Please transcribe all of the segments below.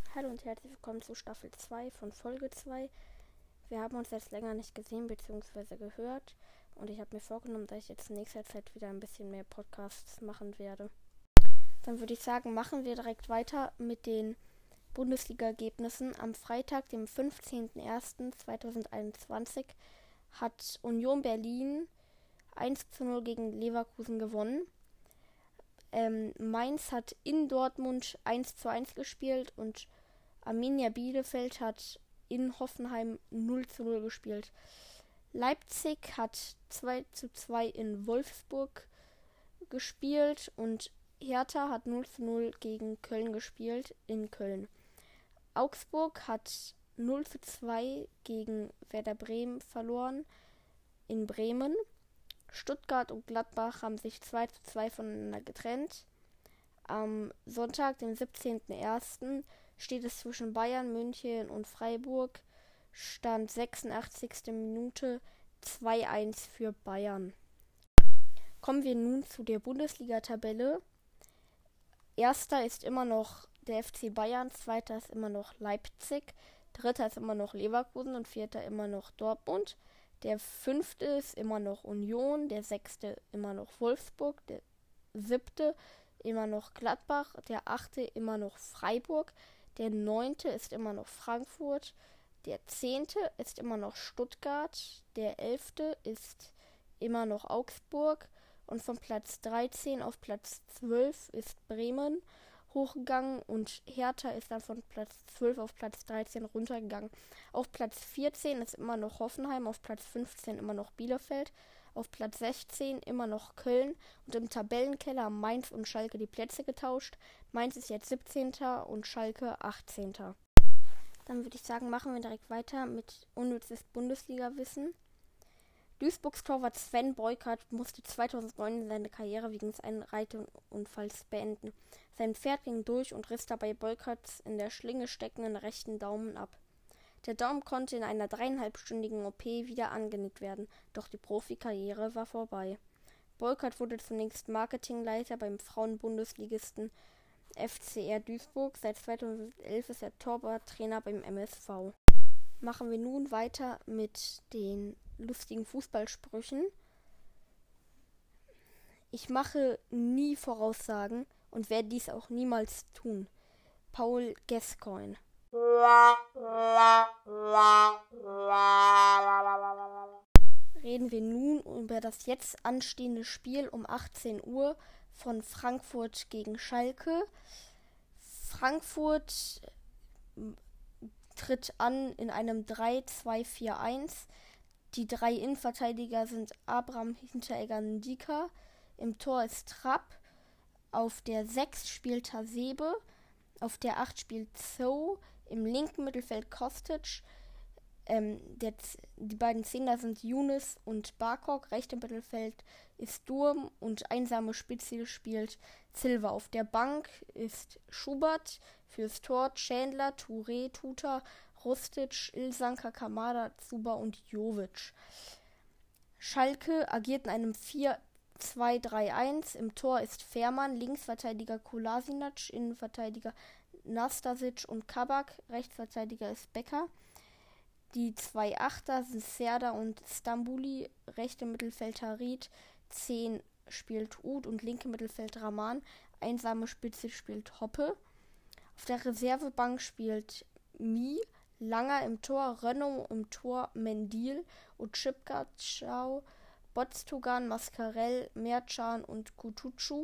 Hallo und herzlich willkommen zu Staffel 2 von Folge 2. Wir haben uns jetzt länger nicht gesehen bzw. gehört und ich habe mir vorgenommen, dass ich jetzt in nächster Zeit wieder ein bisschen mehr Podcasts machen werde. Dann würde ich sagen, machen wir direkt weiter mit den Bundesliga-Ergebnissen. Am Freitag, dem 15.01.2021, hat Union Berlin 1:0 gegen Leverkusen gewonnen. Mainz hat in Dortmund 1:1 gespielt und Arminia Bielefeld hat in Hoffenheim 0:0 gespielt. Leipzig hat 2:2 in Wolfsburg gespielt und Hertha hat 0:0 gegen Köln gespielt in Köln. Augsburg hat 0:2 gegen Werder Bremen verloren in Bremen. Stuttgart und Gladbach haben sich 2:2 voneinander getrennt. Am Sonntag, dem 17.01., steht es zwischen Bayern, München und Freiburg. Stand 86. Minute 2:1 für Bayern. Kommen wir nun zu der Bundesliga-Tabelle. Erster ist immer noch der FC Bayern, zweiter ist immer noch Leipzig, dritter ist immer noch Leverkusen und vierter immer noch Dortmund. Der fünfte ist immer noch Union, der sechste immer noch Wolfsburg, der siebte immer noch Gladbach, der achte immer noch Freiburg, der neunte ist immer noch Frankfurt, der zehnte ist immer noch Stuttgart, der 11. ist immer noch Augsburg und von Platz 13 auf Platz 12 ist Bremen hochgegangen und Hertha ist dann von Platz 12 auf Platz 13 runtergegangen. Auf Platz 14 ist immer noch Hoffenheim, auf Platz 15 immer noch Bielefeld, auf Platz 16 immer noch Köln und im Tabellenkeller haben Mainz und Schalke die Plätze getauscht. Mainz ist jetzt 17. und Schalke 18. Dann würde ich sagen, machen wir direkt weiter mit unnützes Bundesliga-Wissen. Duisburgs Torwart Sven Beukert musste 2009 seine Karriere wegen eines Reitunfalls beenden. Sein Pferd ging durch und riss dabei Beukerts in der Schlinge steckenden rechten Daumen ab. Der Daumen konnte in einer 3,5-stündigen OP wieder angenäht werden, doch die Profikarriere war vorbei. Beukert wurde zunächst Marketingleiter beim Frauenbundesligisten FCR Duisburg. Seit 2011 ist er Torwarttrainer beim MSV. Machen wir nun weiter mit den lustigen Fußballsprüchen. Ich mache nie Voraussagen und werde dies auch niemals tun. Paul Gascoigne. Reden wir nun über das jetzt anstehende Spiel um 18 Uhr von Frankfurt gegen Schalke. Frankfurt tritt an in einem 3-2-4-1. Die drei Innenverteidiger sind Abraham Hinteregger Ndika. Im Tor ist Trapp. Auf der 6 spielt Hasebe. Auf der 8 spielt Zo. Im linken Mittelfeld Kostic. Die beiden Zehner sind Younes und Barkok. Rechts im Mittelfeld ist Durm und einsame Spitze spielt Silva. Auf der Bank ist Schubert. Fürs Tor Chandler, Touré, Tuta, Rustic, Ilsanka, Kamada, Zuba und Jovic. Schalke agiert in einem 4-2-3-1. Im Tor ist Fährmann, Linksverteidiger Kolasinac, Innenverteidiger Nastasic und Kabak, Rechtsverteidiger ist Becker. Die zwei Achter sind Serda und Stambouli, rechte Mittelfeld Harit, 10 spielt Uth und linke Mittelfeld Rahman, einsame Spitze spielt Hoppe. Auf der Reservebank spielt Mi, Langer im Tor, Renault im Tor, Mendil, Utschipka, Chao, Boztogan, Mascarell, Mercan und Kutucu.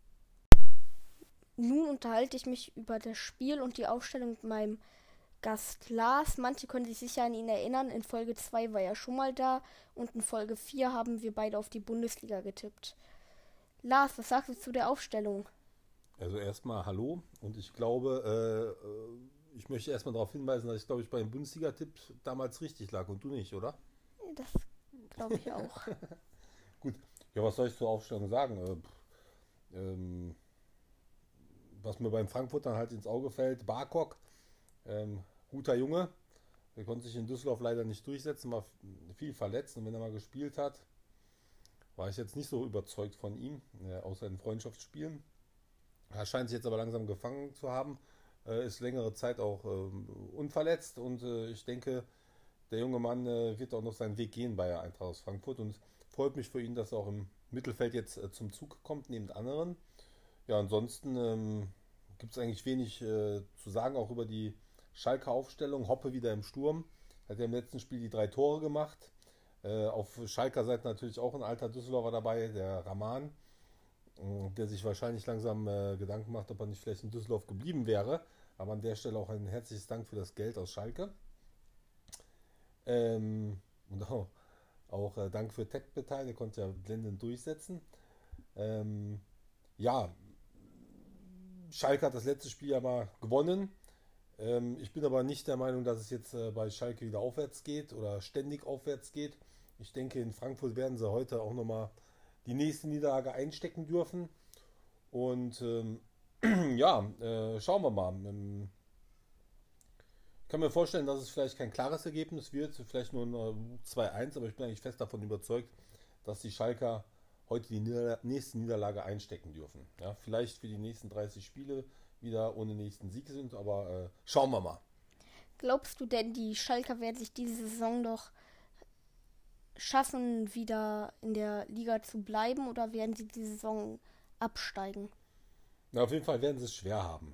Nun unterhalte ich mich über das Spiel und die Aufstellung mit meinem Gast Lars. Manche können sich sicher an ihn erinnern. In Folge 2 war er schon mal da und in Folge 4 haben wir beide auf die Bundesliga getippt. Lars, was sagst du zu der Aufstellung? Also erstmal hallo und ich glaube, ich möchte erstmal darauf hinweisen, dass ich glaube ich bei dem Bundesliga-Tipp damals richtig lag und du nicht, oder? Das glaube ich auch. Gut, ja, was soll ich zur Aufstellung sagen? Was mir beim Frankfurt dann halt ins Auge fällt, Barkok, guter Junge, der konnte sich in Düsseldorf leider nicht durchsetzen, war viel verletzt und wenn er mal gespielt hat, war ich jetzt nicht so überzeugt von ihm, außer in Freundschaftsspielen. Er scheint sich jetzt aber langsam gefangen zu haben. ist längere Zeit auch unverletzt und ich denke, der junge Mann wird auch noch seinen Weg gehen bei der Eintracht aus Frankfurt und freut mich für ihn, dass er auch im Mittelfeld jetzt zum Zug kommt, neben anderen. Ja, ansonsten gibt es eigentlich wenig zu sagen, auch über die Schalker Aufstellung. Hoppe wieder im Sturm. Hat ja im letzten Spiel die 3 Tore gemacht. Auf Schalker Seite natürlich auch ein alter Düsseldorfer dabei, der Rahman, der sich wahrscheinlich langsam Gedanken macht, ob er nicht vielleicht in Düsseldorf geblieben wäre. Aber an der Stelle auch ein herzliches Dank für das Geld aus Schalke. Und auch Dank für Tekbetai, der konnte ja blendend durchsetzen. Ja, Schalke hat das letzte Spiel ja mal gewonnen. Ich bin aber nicht der Meinung, dass es jetzt bei Schalke wieder aufwärts geht oder ständig aufwärts geht. Ich denke, in Frankfurt werden sie heute auch nochmal die nächste Niederlage einstecken dürfen. Und ja, schauen wir mal. Ich kann mir vorstellen, dass es vielleicht kein klares Ergebnis wird, vielleicht nur ein 2-1, aber ich bin eigentlich fest davon überzeugt, dass die Schalker heute die nächste Niederlage einstecken dürfen. Ja, vielleicht für die nächsten 30 Spiele wieder ohne nächsten Sieg sind, aber schauen wir mal. Glaubst du denn, die Schalker werden sich diese Saison noch schaffen, wieder in der Liga zu bleiben oder werden sie diese Saison absteigen? Na, auf jeden Fall werden sie es schwer haben.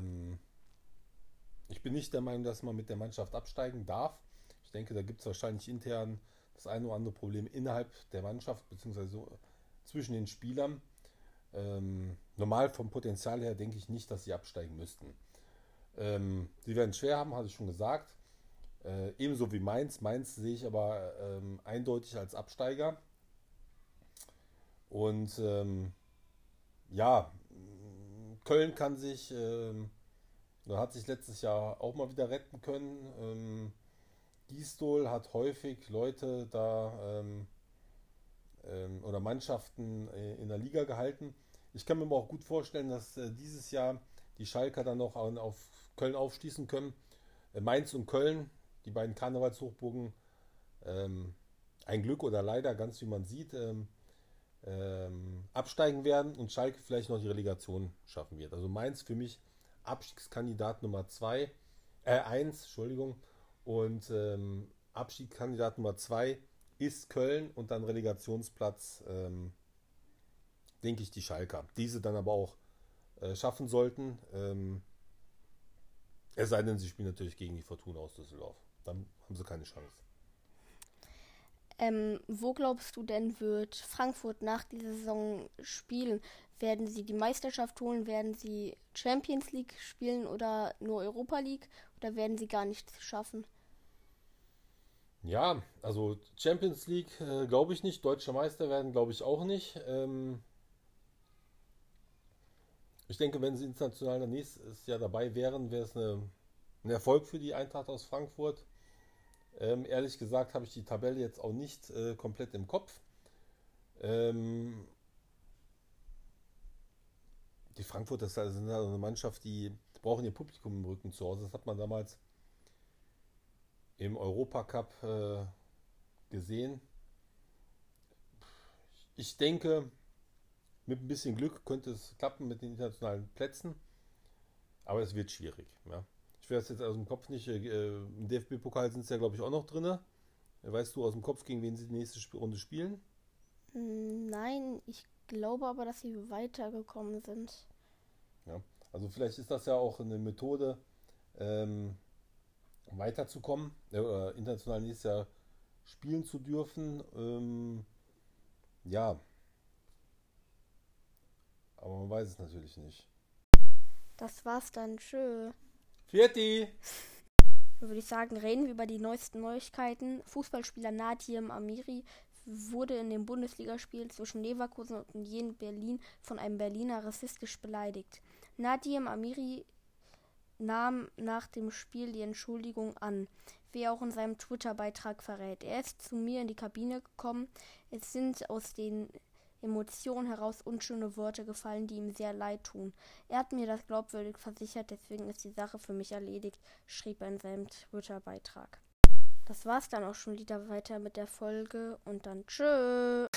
Ich bin nicht der Meinung, dass man mit der Mannschaft absteigen darf. Ich denke, da gibt es wahrscheinlich intern das eine oder andere Problem innerhalb der Mannschaft, beziehungsweise zwischen den Spielern. Normal vom Potenzial her denke ich nicht, dass sie absteigen müssten. Sie werden es schwer haben, hatte ich schon gesagt. Ebenso wie Mainz. Mainz sehe ich aber eindeutig als Absteiger. Und ja, Köln kann sich, hat sich letztes Jahr auch mal wieder retten können. Gisdol hat häufig Leute da oder Mannschaften in der Liga gehalten. Ich kann mir aber auch gut vorstellen, dass dieses Jahr die Schalker dann noch auf Köln aufstießen können. Mainz und Köln, die beiden Karnevalshochburgen, ein Glück oder leider, ganz wie man sieht, absteigen werden und Schalke vielleicht noch die Relegation schaffen wird. Also Mainz für mich Abstiegskandidat Nummer 1, Entschuldigung, und Abstiegskandidat Nummer 2 ist Köln und dann Relegationsplatz, denke ich, die Schalker. Diese dann aber auch schaffen sollten. Es sei denn, sie spielen natürlich gegen die Fortuna aus Düsseldorf. Dann haben sie keine Chance. Wo glaubst du denn, wird Frankfurt nach dieser Saison spielen? Werden sie die Meisterschaft holen? Werden sie Champions League spielen oder nur Europa League? Oder werden sie gar nichts schaffen? Ja, also Champions League glaube ich nicht. Deutscher Meister werden glaube ich auch nicht. Ich denke, wenn sie international nächstes Jahr dabei wären, wäre es ein Erfolg für die Eintracht aus Frankfurt. Ehrlich gesagt habe ich die Tabelle jetzt auch nicht komplett im Kopf. Die Frankfurter sind also eine Mannschaft, die brauchen ihr Publikum im Rücken zu Hause. Das hat man damals im Europacup gesehen. Ich denke, mit ein bisschen Glück könnte es klappen mit den internationalen Plätzen, aber es wird schwierig. Ja. Ich weiß jetzt aus dem Kopf nicht, im DFB-Pokal sind es ja glaube ich auch noch drin. Weißt du aus dem Kopf, gegen wen sie die nächste Runde spielen? Nein, ich glaube aber, dass sie weitergekommen sind. Ja. Also vielleicht ist das ja auch eine Methode, weiterzukommen, international nächstes Jahr spielen zu dürfen. Ja, aber man weiß es natürlich nicht. Das war's dann. Tschö. Vierti! Dann würde ich sagen, reden wir über die neuesten Neuigkeiten. Fußballspieler Nadim Amiri wurde in dem Bundesligaspiel zwischen Leverkusen und Union Berlin von einem Berliner rassistisch beleidigt. Nadim Amiri nahm nach dem Spiel die Entschuldigung an, wie er auch in seinem Twitter-Beitrag verrät. Er ist zu mir in die Kabine gekommen. Es sind aus den Emotionen heraus unschöne Worte gefallen, die ihm sehr leid tun. Er hat mir das glaubwürdig versichert, deswegen ist die Sache für mich erledigt, schrieb er in seinem Twitter-Beitrag. Das war's dann auch schon wieder weiter mit der Folge und dann tschö.